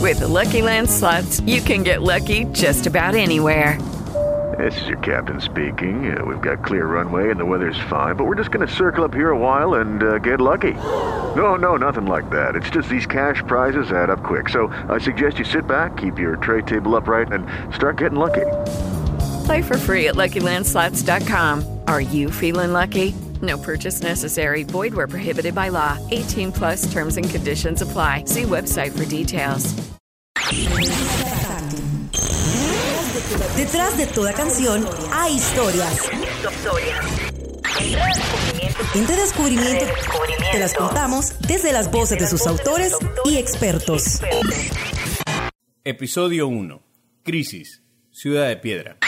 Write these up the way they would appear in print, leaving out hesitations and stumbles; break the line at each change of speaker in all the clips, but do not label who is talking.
With the Lucky Land Slots, you can get lucky just about anywhere.
This is your captain speaking. We've got clear runway and the weather's fine, but we're just going to circle up here a while and get lucky. No, nothing like that. It's just these cash prizes add up quick. So I suggest you sit back, keep your tray table upright, and start getting lucky.
Play for free at LuckyLandSlots.com. Are you feeling lucky? No purchase necessary. Void where prohibited by law. 18 plus terms and conditions apply. See website for details.
Detrás de toda canción hay historias. Entre descubrimiento te las contamos desde las voces de sus autores y expertos.
Episodio 1. Crisis. Ciudad de Piedra.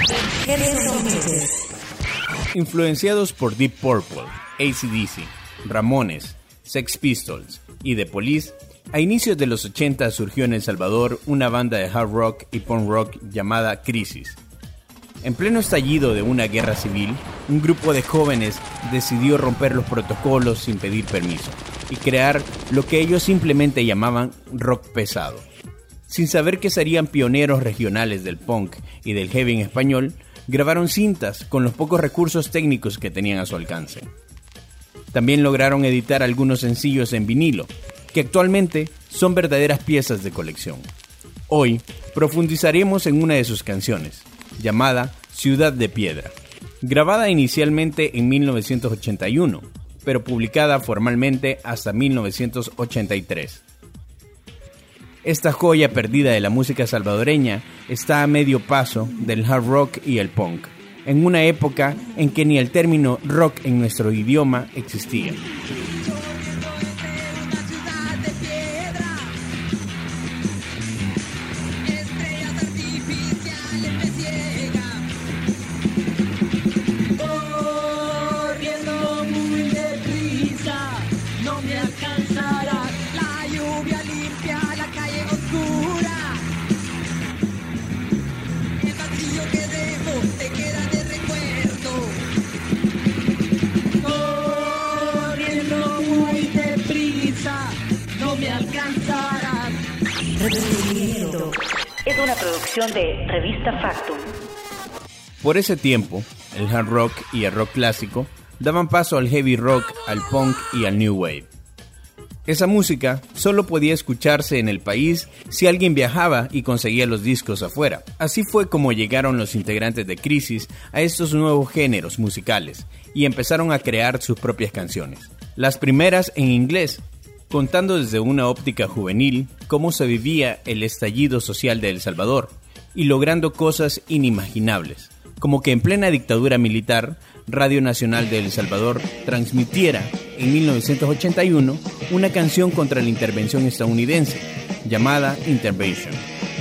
Influenciados por Deep Purple, AC/DC, Ramones, Sex Pistols y The Police, a inicios de los 80 surgió en El Salvador una banda de hard rock y punk rock llamada Crisis. En pleno estallido de una guerra civil, un grupo de jóvenes decidió romper los protocolos sin pedir permiso y crear lo que ellos simplemente llamaban rock pesado. Sin saber que serían pioneros regionales del punk y del heavy en español, grabaron cintas con los pocos recursos técnicos que tenían a su alcance. También lograron editar algunos sencillos en vinilo, que actualmente son verdaderas piezas de colección. Hoy profundizaremos en una de sus canciones, llamada Ciudad de Piedra, grabada inicialmente en 1981, pero publicada formalmente hasta 1983. Esta joya perdida de la música salvadoreña está a medio paso del hard rock y el punk, en una época en que ni el término rock en nuestro idioma existía.
Es una producción de Revista Factum.
Por ese tiempo, el hard rock y el rock clásico daban paso al heavy rock, al punk y al new wave. Esa música solo podía escucharse en el país si alguien viajaba y conseguía los discos afuera. Así fue como llegaron los integrantes de Crisis a estos nuevos géneros musicales y empezaron a crear sus propias canciones. Las primeras en inglés, contando desde una óptica juvenil cómo se vivía el estallido social de El Salvador y logrando cosas inimaginables, como que en plena dictadura militar, Radio Nacional de El Salvador transmitiera en 1981 una canción contra la intervención estadounidense llamada Intervention.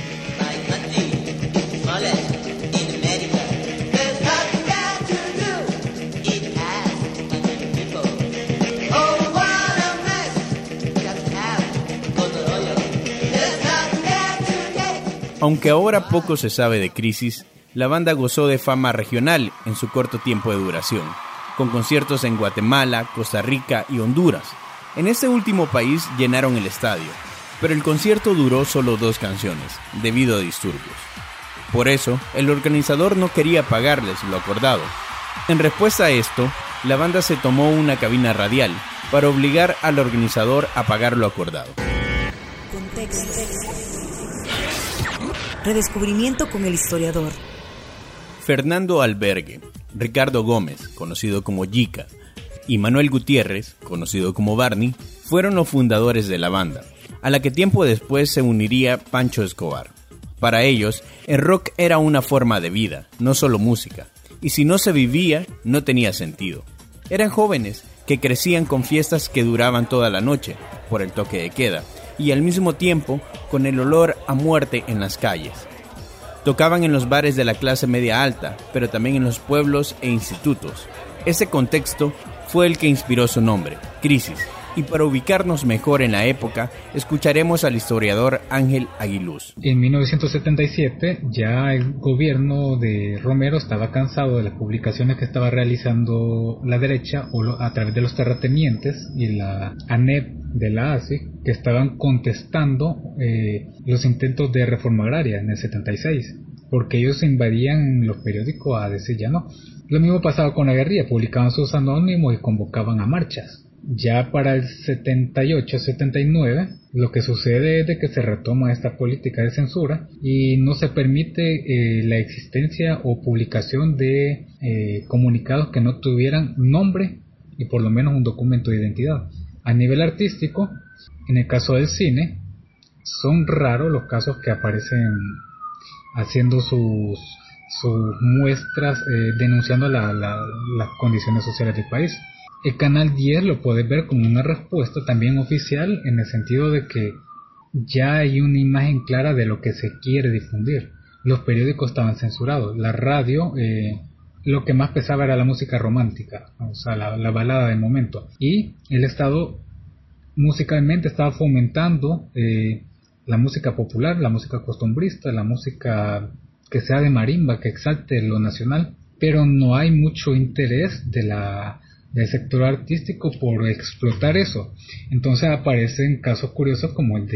Aunque ahora poco se sabe de Crisis, la banda gozó de fama regional en su corto tiempo de duración, con conciertos en Guatemala, Costa Rica y Honduras. En este último país llenaron el estadio, pero el concierto duró solo 2 canciones, debido a disturbios. Por eso, el organizador no quería pagarles lo acordado. En respuesta a esto, la banda se tomó una cabina radial para obligar al organizador a pagar lo acordado.
Contexto. Redescubrimiento con el historiador.
Fernando Albergue, Ricardo Gómez, conocido como Yica, y Manuel Gutiérrez, conocido como Barney, fueron los fundadores de la banda, a la que tiempo después se uniría Pancho Escobar. Para ellos, el rock era una forma de vida, no solo música, y si no se vivía, no tenía sentido. Eran jóvenes que crecían con fiestas que duraban toda la noche, por el toque de queda, y al mismo tiempo con el olor a muerte en las calles. Tocaban en los bares de la clase media alta, pero también en los pueblos e institutos. Ese contexto fue el que inspiró su nombre, Crisis, Y para ubicarnos mejor en la época, escucharemos al historiador Ángel Aguiluz.
En 1977 ya el gobierno de Romero estaba cansado de las publicaciones que estaba realizando la derecha a través de los terratenientes y la ANEP de la ASI, que estaban contestando los intentos de reforma agraria en el 76, porque ellos invadían los periódicos a decir ya no. Lo mismo pasaba con la guerrilla, publicaban sus anónimos y convocaban a marchas. Ya para el 78-79 lo que sucede es de que se retoma esta política de censura y no se permite la existencia o publicación de comunicados que no tuvieran nombre y por lo menos un documento de identidad. A nivel artístico, en el caso del cine, son raros los casos que aparecen haciendo sus muestras denunciando las condiciones sociales del país. El Canal 10 lo puedes ver como una respuesta también oficial, en el sentido de que ya hay una imagen clara de lo que se quiere difundir. Los periódicos estaban censurados, la radio, lo que más pesaba era la música romántica, o sea, la balada del momento. Y el Estado musicalmente estaba fomentando la música popular, la música costumbrista, la música que sea de marimba, que exalte lo nacional, pero no hay mucho interés del sector artístico por explotar eso. Entonces aparecen casos curiosos como el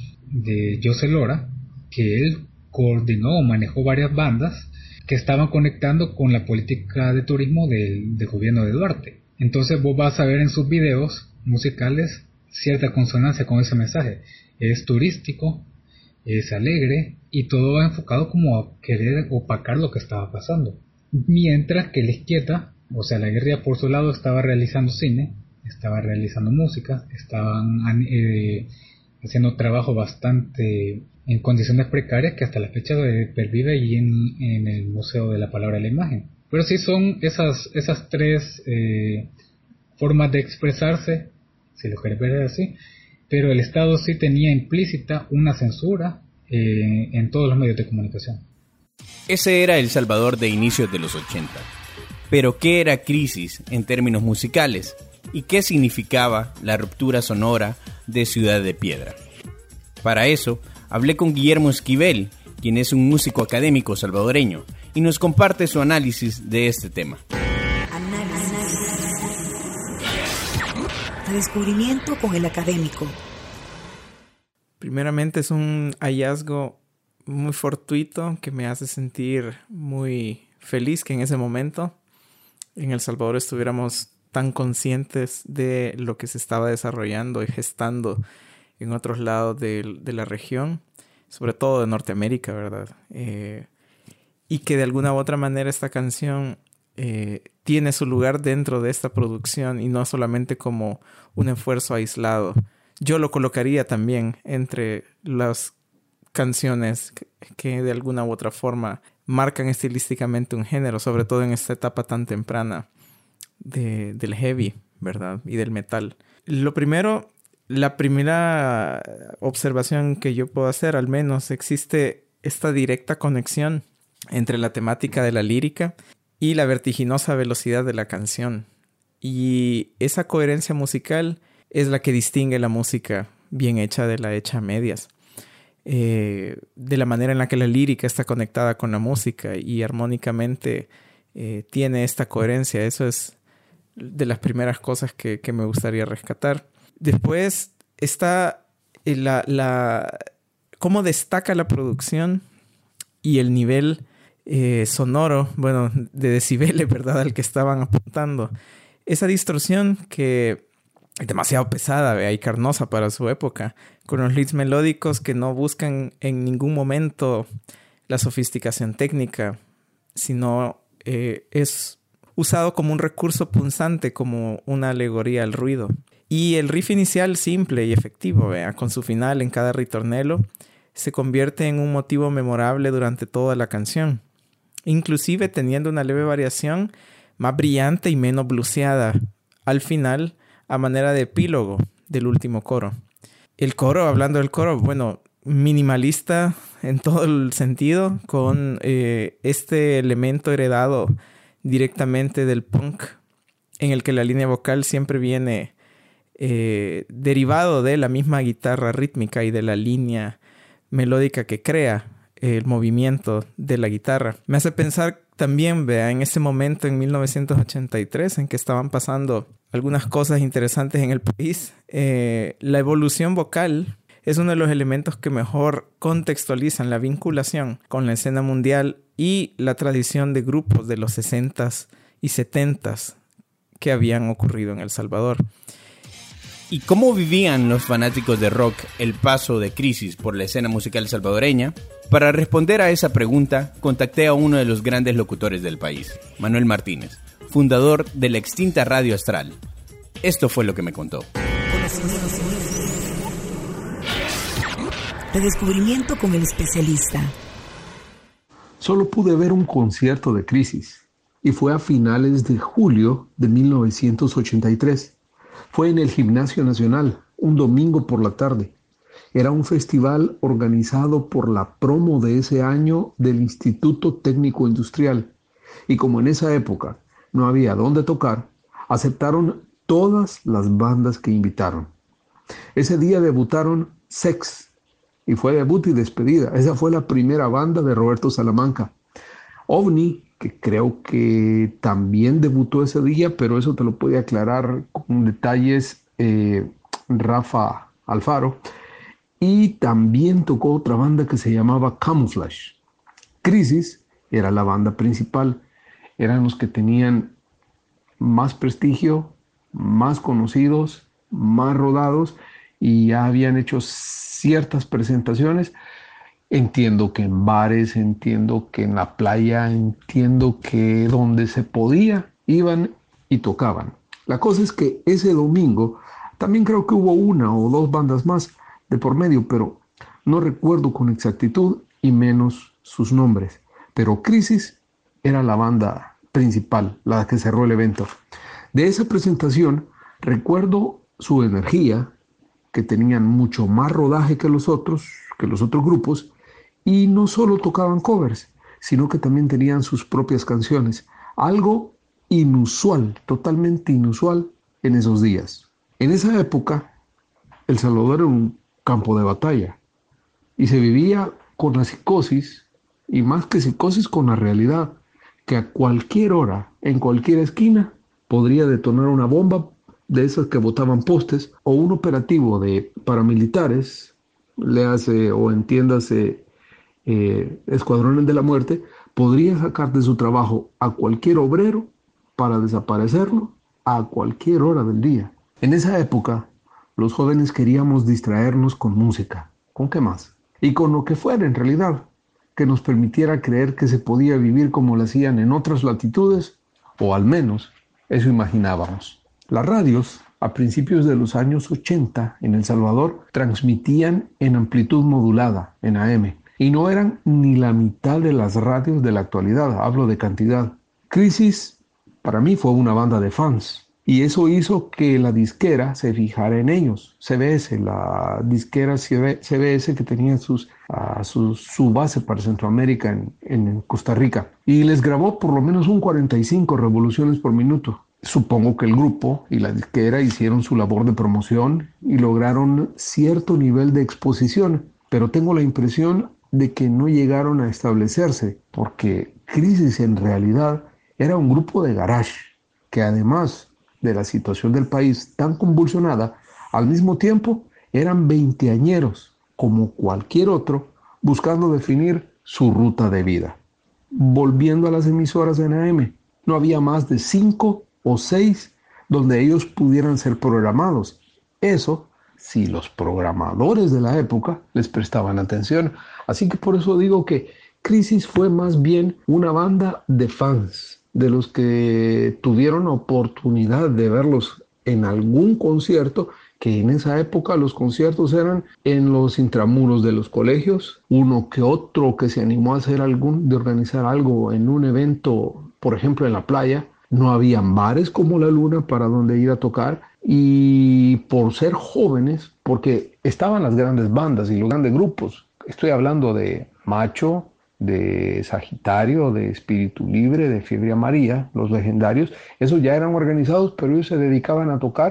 de José Lora, que él coordinó o manejó varias bandas que estaban conectando con la política de turismo del gobierno de Duarte. Entonces vos vas a ver en sus videos musicales cierta consonancia con ese mensaje. Es turístico, es alegre y todo va enfocado como a querer opacar lo que estaba pasando. Mientras que la izquierda, o sea, la guerrilla por su lado, estaba realizando cine, estaba realizando música, estaban haciendo trabajo bastante en condiciones precarias que hasta la fecha pervive ahí en el Museo de la Palabra y la Imagen. Pero sí son esas tres formas de expresarse, si lo querés ver así, pero el Estado sí tenía implícita una censura en todos los medios de comunicación.
Ese era El Salvador de inicios de los 80. Pero ¿qué era Crisis en términos musicales? ¿Y qué significaba la ruptura sonora de Ciudad de Piedra? Para eso, hablé con Guillermo Esquivel, quien es un músico académico salvadoreño, y nos comparte su análisis de este tema.
Descubrimiento con el académico.
Primeramente es un hallazgo muy fortuito que me hace sentir muy feliz que en ese momento en El Salvador estuviéramos tan conscientes de lo que se estaba desarrollando y gestando en otros lados de la región, sobre todo de Norteamérica, ¿verdad? Y que de alguna u otra manera esta canción tiene su lugar dentro de esta producción y no solamente como un esfuerzo aislado. Yo lo colocaría también entre las canciones que de alguna u otra forma marcan estilísticamente un género, sobre todo en esta etapa tan temprana del heavy, ¿verdad? Y del metal. La primera observación que yo puedo hacer, al menos, existe esta directa conexión entre la temática de la lírica y la vertiginosa velocidad de la canción. Y esa coherencia musical es la que distingue la música bien hecha de la hecha a medias. De la manera en la que la lírica está conectada con la música y armónicamente tiene esta coherencia. Eso es de las primeras cosas que me gustaría rescatar. Después está cómo destaca la producción y el nivel sonoro, bueno, de decibeles, ¿verdad?, al que estaban apuntando. Esa distorsión que es demasiado pesada, ¿ve?, y carnosa para su época, con los leads melódicos que no buscan en ningún momento la sofisticación técnica, sino es usado como un recurso punzante, como una alegoría al ruido. Y el riff inicial simple y efectivo, ¿vea?, con su final en cada ritornelo, se convierte en un motivo memorable durante toda la canción, inclusive teniendo una leve variación más brillante y menos bluseada al final, a manera de epílogo del último coro. El coro, hablando del coro, bueno, minimalista en todo el sentido, con este elemento heredado directamente del punk, en el que la línea vocal siempre viene derivado de la misma guitarra rítmica y de la línea melódica que crea el movimiento de la guitarra. Me hace pensar también, vea, en ese momento en 1983 en que estaban pasando algunas cosas interesantes en el país. La evolución vocal es uno de los elementos que mejor contextualizan la vinculación con la escena mundial y la tradición de grupos de los 60s y 70s que habían ocurrido en El Salvador.
¿Y cómo vivían los fanáticos de rock el paso de Crisis por la escena musical salvadoreña? Para responder a esa pregunta, contacté a uno de los grandes locutores del país, Manuel Martínez, fundador de la extinta Radio Astral. Esto fue lo que me contó.
Redescubrimiento con el especialista.
Solo pude ver un concierto de Crisis y fue a finales de julio de 1983. Fue en el Gimnasio Nacional, un domingo por la tarde. Era un festival organizado por la promo de ese año del Instituto Técnico Industrial. Y como en esa época no había dónde tocar, aceptaron todas las bandas que invitaron. Ese día debutaron Sex, y fue debut y despedida. Esa fue la primera banda de Roberto Salamanca. OVNI, que creo que también debutó ese día, pero eso te lo puede aclarar con detalles Rafa Alfaro. Y también tocó otra banda que se llamaba Camouflage. Crisis era la banda principal. Eran los que tenían más prestigio, más conocidos, más rodados, y ya habían hecho ciertas presentaciones. Entiendo que en bares, entiendo que en la playa, entiendo que donde se podía, iban y tocaban. La cosa es que ese domingo también creo que hubo una o dos bandas más de por medio, pero no recuerdo con exactitud y menos sus nombres. Pero Crisis era la banda principal, la que cerró el evento. De esa presentación recuerdo su energía, que tenían mucho más rodaje que los otros grupos, y no solo tocaban covers, sino que también tenían sus propias canciones, algo inusual, totalmente inusual en esos días. En esa época, El Salvador era un campo de batalla, y se vivía con la psicosis, y más que psicosis, con la realidad, que a cualquier hora, en cualquier esquina, podría detonar una bomba de esas que botaban postes, o un operativo de paramilitares, léase o entiéndase escuadrones de la muerte, podría sacar de su trabajo a cualquier obrero para desaparecerlo a cualquier hora del día. En esa época, los jóvenes queríamos distraernos con música. ¿Con qué más? Y con lo que fuera en realidad, que nos permitiera creer que se podía vivir como lo hacían en otras latitudes, o al menos eso imaginábamos. Las radios, a principios de los años 80 en El Salvador, transmitían en amplitud modulada, en AM, y no eran ni la mitad de las radios de la actualidad, hablo de cantidad. Crisis, para mí, fue una banda de fans, y eso hizo que la disquera se fijara en ellos. CBS, la disquera CBS, que tenía su base para Centroamérica en Costa Rica, y les grabó por lo menos un 45 revoluciones por minuto. Supongo que el grupo y la disquera hicieron su labor de promoción y lograron cierto nivel de exposición, pero tengo la impresión de que no llegaron a establecerse, porque Crisis en realidad era un grupo de garage, que además de la situación del país tan convulsionada, al mismo tiempo eran veinteañeros, como cualquier otro, buscando definir su ruta de vida. Volviendo a las emisoras en AM, no había más de 5 o 6 donde ellos pudieran ser programados. Eso si los programadores de la época les prestaban atención. Así que por eso digo que Crisis fue más bien una banda de fans, de los que tuvieron oportunidad de verlos en algún concierto, que en esa época los conciertos eran en los intramuros de los colegios, uno que otro que se animó a de organizar algo en un evento, por ejemplo en la playa. No había bares como La Luna para donde ir a tocar, y por ser jóvenes, porque estaban las grandes bandas y los grandes grupos, estoy hablando de Macho, de Sagitario, de Espíritu Libre, de Fiebre Amarilla, los legendarios, esos ya eran organizados, pero ellos se dedicaban a tocar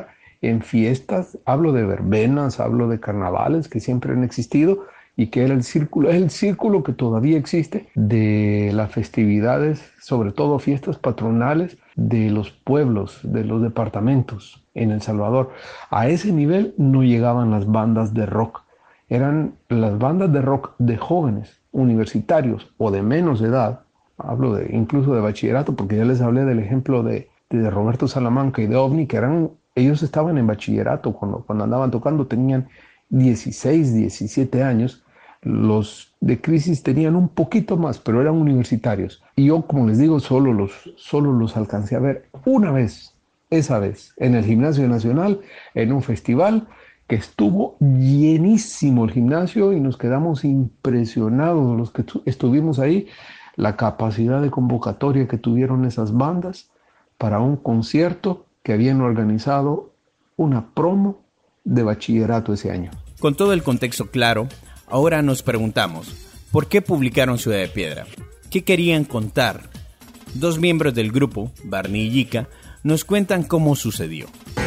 en fiestas, hablo de verbenas, hablo de carnavales que siempre han existido y que era es el círculo que todavía existe de las festividades, sobre todo fiestas patronales de los pueblos, de los departamentos en El Salvador. A ese nivel no llegaban las bandas de rock. Eran las bandas de rock de jóvenes, universitarios o de menos edad. Hablo incluso de bachillerato, porque ya les hablé del ejemplo de Roberto Salamanca y de OVNI, que ellos estaban en bachillerato cuando andaban tocando, tenían 16, 17 años. Los de Crisis tenían un poquito más, pero eran universitarios. Y yo, como les digo, solo los alcancé a ver una vez, esa vez, en el Gimnasio Nacional, en un festival que estuvo llenísimo el gimnasio y nos quedamos impresionados los que estuvimos ahí, la capacidad de convocatoria que tuvieron esas bandas para un concierto que habían organizado una promo de bachillerato ese año.
Con todo el contexto claro, ahora nos preguntamos, ¿por qué publicaron Ciudad de Piedra? ¿Qué querían contar? Dos miembros del grupo, Barney y Yika, nos cuentan cómo sucedió.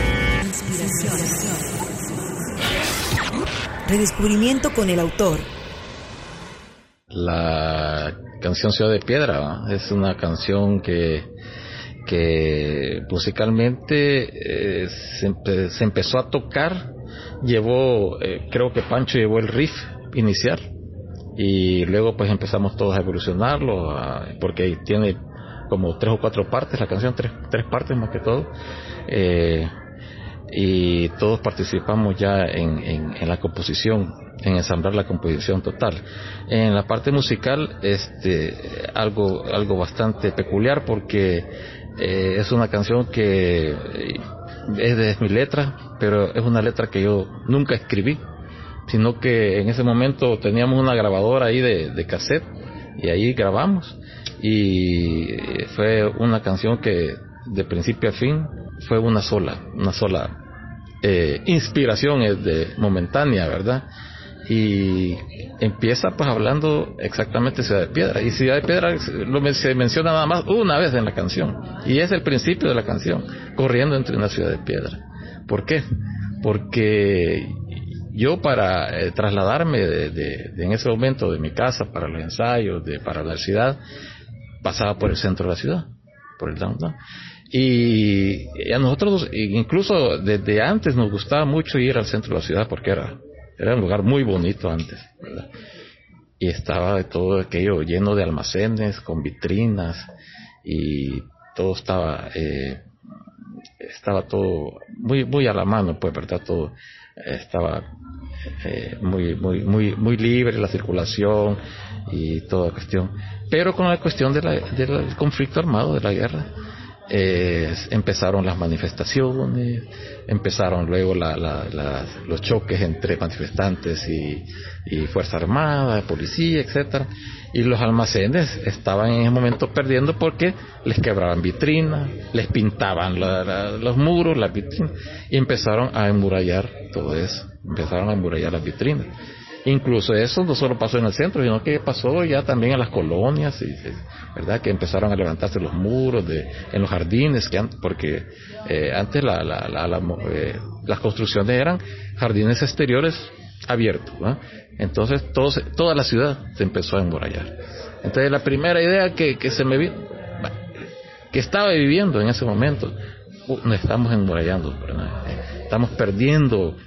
Redescubrimiento con el autor.
La canción Ciudad de Piedra, ¿no? Es una canción que musicalmente se empezó a tocar. Creo que Pancho llevó el riff inicial y luego pues empezamos todos a evolucionarlo, porque tiene como 3 o 4 partes la canción, tres partes más que todo, y todos participamos ya en la composición, en ensamblar la composición total. En la parte musical algo bastante peculiar, porque es una canción que es mi letra, pero es una letra que yo nunca escribí, sino que en ese momento teníamos una grabadora ahí de cassette y ahí grabamos, y fue una canción que de principio a fin fue una sola inspiración momentánea, ¿verdad? Y empieza pues hablando exactamente Ciudad de Piedra, y Ciudad de Piedra se menciona nada más una vez en la canción, y es el principio de la canción, corriendo entre una ciudad de piedra. ¿Por qué? Porque yo, para trasladarme en ese momento de mi casa para los ensayos, para la ciudad, pasaba por el centro de la ciudad, por el downtown. Y a nosotros, incluso desde antes, nos gustaba mucho ir al centro de la ciudad, porque era un lugar muy bonito antes, ¿verdad? Y estaba todo aquello lleno de almacenes, con vitrinas, y todo estaba todo muy a la mano, pues, ¿verdad? Todo estaba muy libre, la circulación y toda cuestión. Pero con la cuestión del conflicto armado, de la guerra, empezaron las manifestaciones, empezaron luego los choques entre manifestantes y Fuerza Armada, policía, etcétera, y los almacenes estaban en ese momento perdiendo porque les quebraban vitrinas, les pintaban los muros, las vitrinas, y empezaron a emmurallar todo eso, empezaron a emmurallar las vitrinas. Incluso eso no solo pasó en el centro, sino que pasó ya también en las colonias, ¿verdad? Que empezaron a levantarse los muros en los jardines, porque antes las construcciones eran jardines exteriores abiertos, ¿no? Entonces toda la ciudad se empezó a emmurallar. Entonces la primera idea que estaba viviendo en ese momento, nos estamos emmurallando, ¿verdad? Estamos perdiendo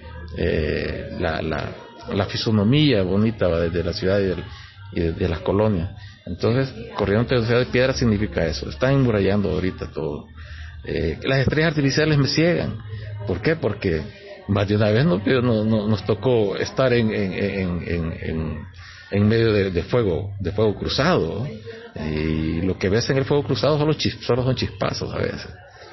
la fisonomía bonita de la ciudad y de las colonias. Entonces, corriendo entre la Ciudad de Piedra significa eso. Están emmurallando ahorita todo. Las estrellas artificiales me ciegan. ¿Por qué? Porque más de una vez nos tocó estar en medio de fuego cruzado, ¿no? Y lo que ves en el fuego cruzado solo son chispazos a veces.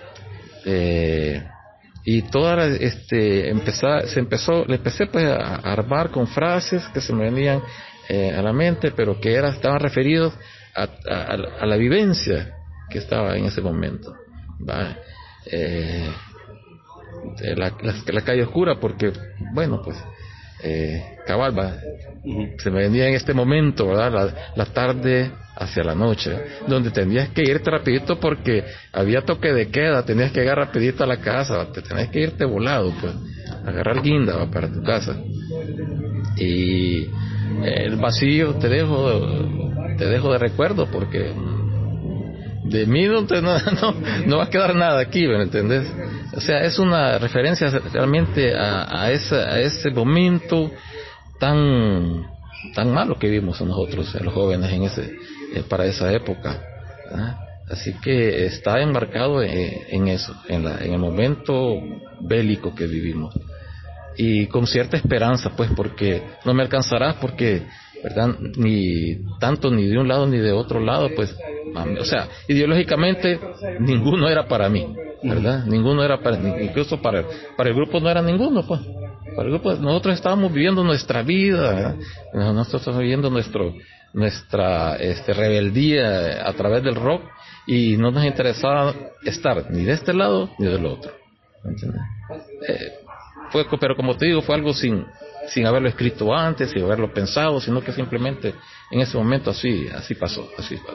Y le empecé pues a armar con frases que se me venían a la mente, pero que estaban referidos a la vivencia que estaba en ese momento, ¿va? La calle oscura, porque bueno, pues cabal, ¿va? Se me venía en este momento, ¿verdad? La tarde hacia la noche, donde tenías que irte rapidito porque había toque de queda, tenías que llegar rapidito a la casa, ¿va? Te tenías que irte volado, pues, agarrar guinda, ¿va? Para tu casa. Y el vacío te dejo de recuerdo porque de mí no va a quedar nada aquí, ¿me entendés? O sea, es una referencia realmente a ese momento tan malo que vimos nosotros, los jóvenes, para esa época, ¿verdad? Así que está embarcado en eso, en el momento bélico que vivimos. Y con cierta esperanza, pues, porque no me alcanzarás, porque, ¿verdad? Ni tanto ni de un lado ni de otro lado, pues, o sea, ideológicamente ninguno era para mí, ¿verdad? Ninguno era incluso para el grupo no era ninguno, pues. Para el grupo nosotros estábamos viviendo nuestra vida, ¿verdad? Nosotros estábamos viviendo nuestra rebeldía a través del rock y no nos interesaba estar ni de este lado ni del otro, ¿entiendes? Pero como te digo, fue algo sin haberlo escrito antes, sin haberlo pensado, sino que simplemente en ese momento así pasó,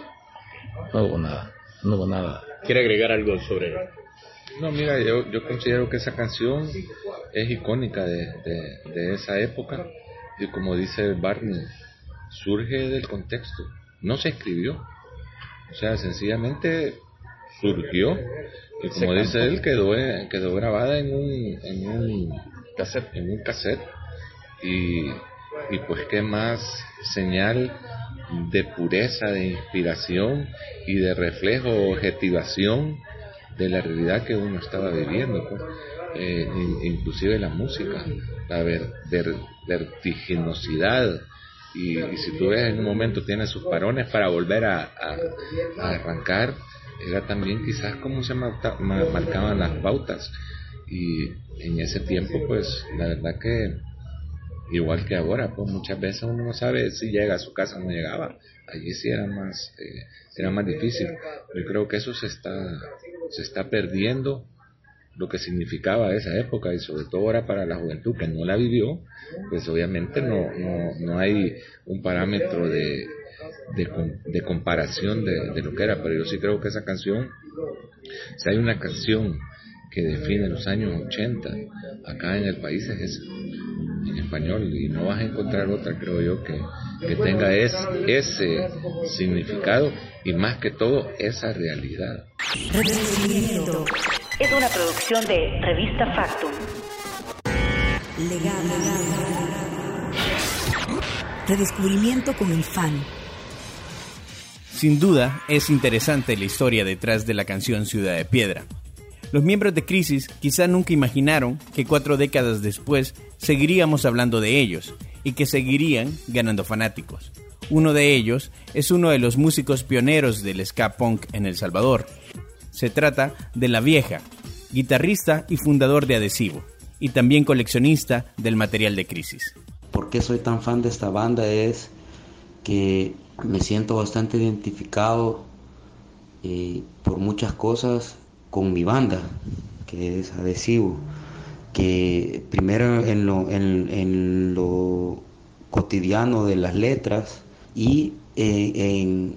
no hubo nada.
¿Quiere agregar algo sobre?
No, mira, yo considero que esa canción es icónica de esa época, y como dice Barney, surge del contexto, no se escribió, o sea, sencillamente surgió, y como dice él, quedó grabada en un cassette, y pues qué más señal de pureza, de inspiración y de reflejo, objetivación de la realidad que uno estaba viviendo, pues. Inclusive la música, la vertiginosidad, y si tú ves en un momento tiene sus parones para volver a arrancar, era también quizás como se marcaban las pautas, y en ese tiempo pues la verdad que igual que ahora, pues muchas veces uno no sabe si llega a su casa o no llegaba. Allí sí era más difícil. Yo creo que eso se está perdiendo, lo que significaba esa época, y sobre todo ahora para la juventud que no la vivió, pues obviamente no hay un parámetro de comparación de lo que era. Pero yo sí creo que esa canción, si hay una canción que define los años 80 acá en el país, es esa, en español, y no vas a encontrar otra, creo yo, que tenga ese significado y más que todo esa realidad.
Redescubrimiento es una producción de Revista Factum.
Redescubrimiento con el fan.
Sin duda, es interesante la historia detrás de la canción Ciudad de Piedra. Los miembros de Crisis quizá nunca imaginaron que 4 décadas después seguiríamos hablando de ellos y que seguirían ganando fanáticos. Uno de ellos es uno de los músicos pioneros del ska punk en El Salvador. Se trata de La Vieja, guitarrista y fundador de Adhesivo, y también coleccionista del material de Crisis.
¿Por qué soy tan fan de esta banda? Es que me siento bastante identificado por muchas cosas con mi banda, que es Adhesivo, que primero en lo cotidiano de las letras y en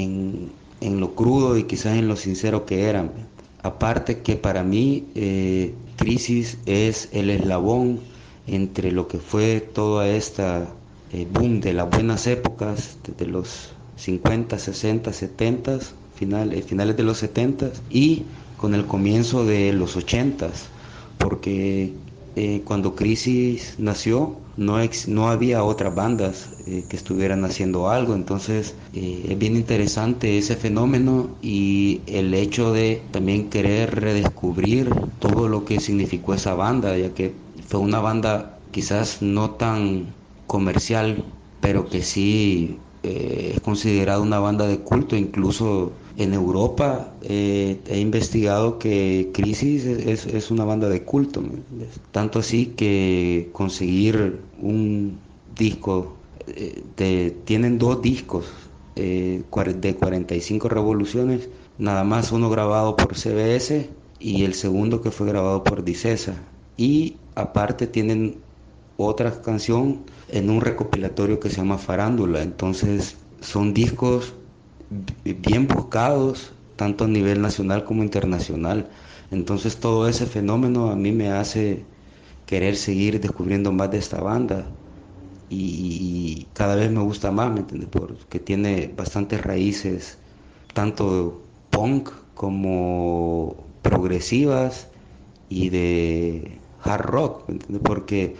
lo crudo y quizás en lo sincero que eran. Aparte que para mí Crisis es el eslabón entre lo que fue toda esta boom de las buenas épocas, desde los 50, 60, 70, finales de los 70 y con el comienzo de los 80, porque cuando Crisis nació no había otras bandas que estuvieran haciendo algo. Entonces es bien interesante ese fenómeno y el hecho de también querer redescubrir todo lo que significó esa banda, ya que fue una banda quizás no tan comercial, pero que sí es considerada una banda de culto. Incluso en Europa he investigado que Crisis es una banda de culto, tanto así que conseguir un disco, tienen 2 discos de 45 revoluciones, nada más uno grabado por CBS y el segundo que fue grabado por Dicesa, y aparte tienen otra canción en un recopilatorio que se llama Farándula. Entonces son discos bien buscados, tanto a nivel nacional como internacional. Entonces todo ese fenómeno a mí me hace querer seguir descubriendo más de esta banda y cada vez me gusta más, ¿me entiendes? Porque tiene bastantes raíces, tanto punk como progresivas y de hard rock, ¿me entiendes? Porque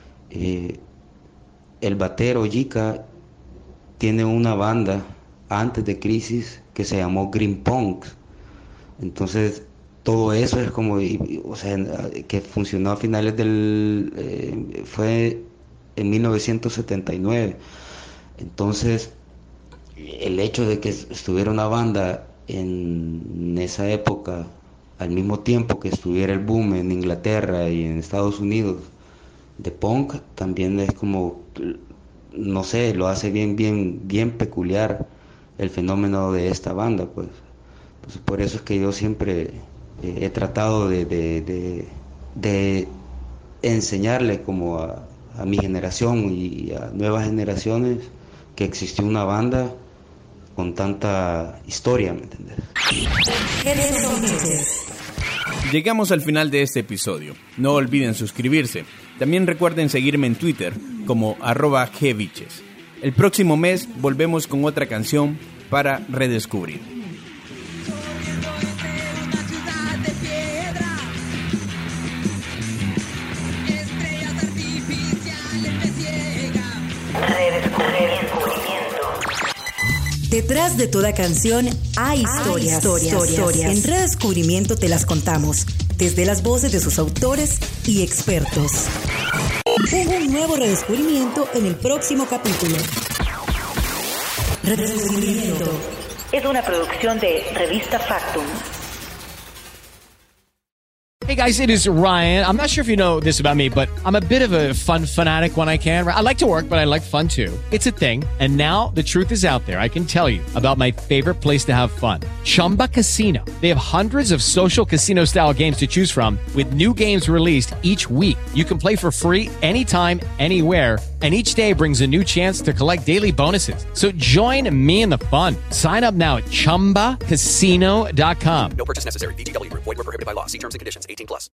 el batero Yika tiene una banda antes de Crisis que se llamó Green Punks. Entonces todo eso es como, o sea, que funcionó a finales fue en 1979. Entonces el hecho de que estuviera una banda en esa época al mismo tiempo que estuviera el boom en Inglaterra y en Estados Unidos de punk, también es como, no sé, lo hace bien peculiar el fenómeno de esta banda, pues por eso es que yo siempre he tratado de enseñarle como a mi generación y a nuevas generaciones que existió una banda con tanta historia, ¿me entiendes?
Llegamos al final de este episodio. No olviden suscribirse. También recuerden seguirme en Twitter como @gviches. El próximo mes volvemos con otra canción para redescubrir.
Detrás de toda canción hay historias. En Redescubrimiento te las contamos, desde las voces de sus autores y expertos. Un nuevo redescubrimiento en el próximo capítulo. Redescubrimiento
es una producción de Revista Factum.
Hey guys, it is Ryan. I'm not sure if you know this about me, but I'm a bit of a fun fanatic when I can. I like to work, but I like fun too. It's a thing. And now the truth is out there. I can tell you about my favorite place to have fun. Chumba Casino. They have hundreds of social casino style games to choose from with new games released each week. You can play for free anytime, anywhere. And each day brings a new chance to collect daily bonuses. So join me in the fun. Sign up now at ChumbaCasino.com.
No purchase necessary. VGW Group. Void where prohibited by law. See terms and conditions. 18+.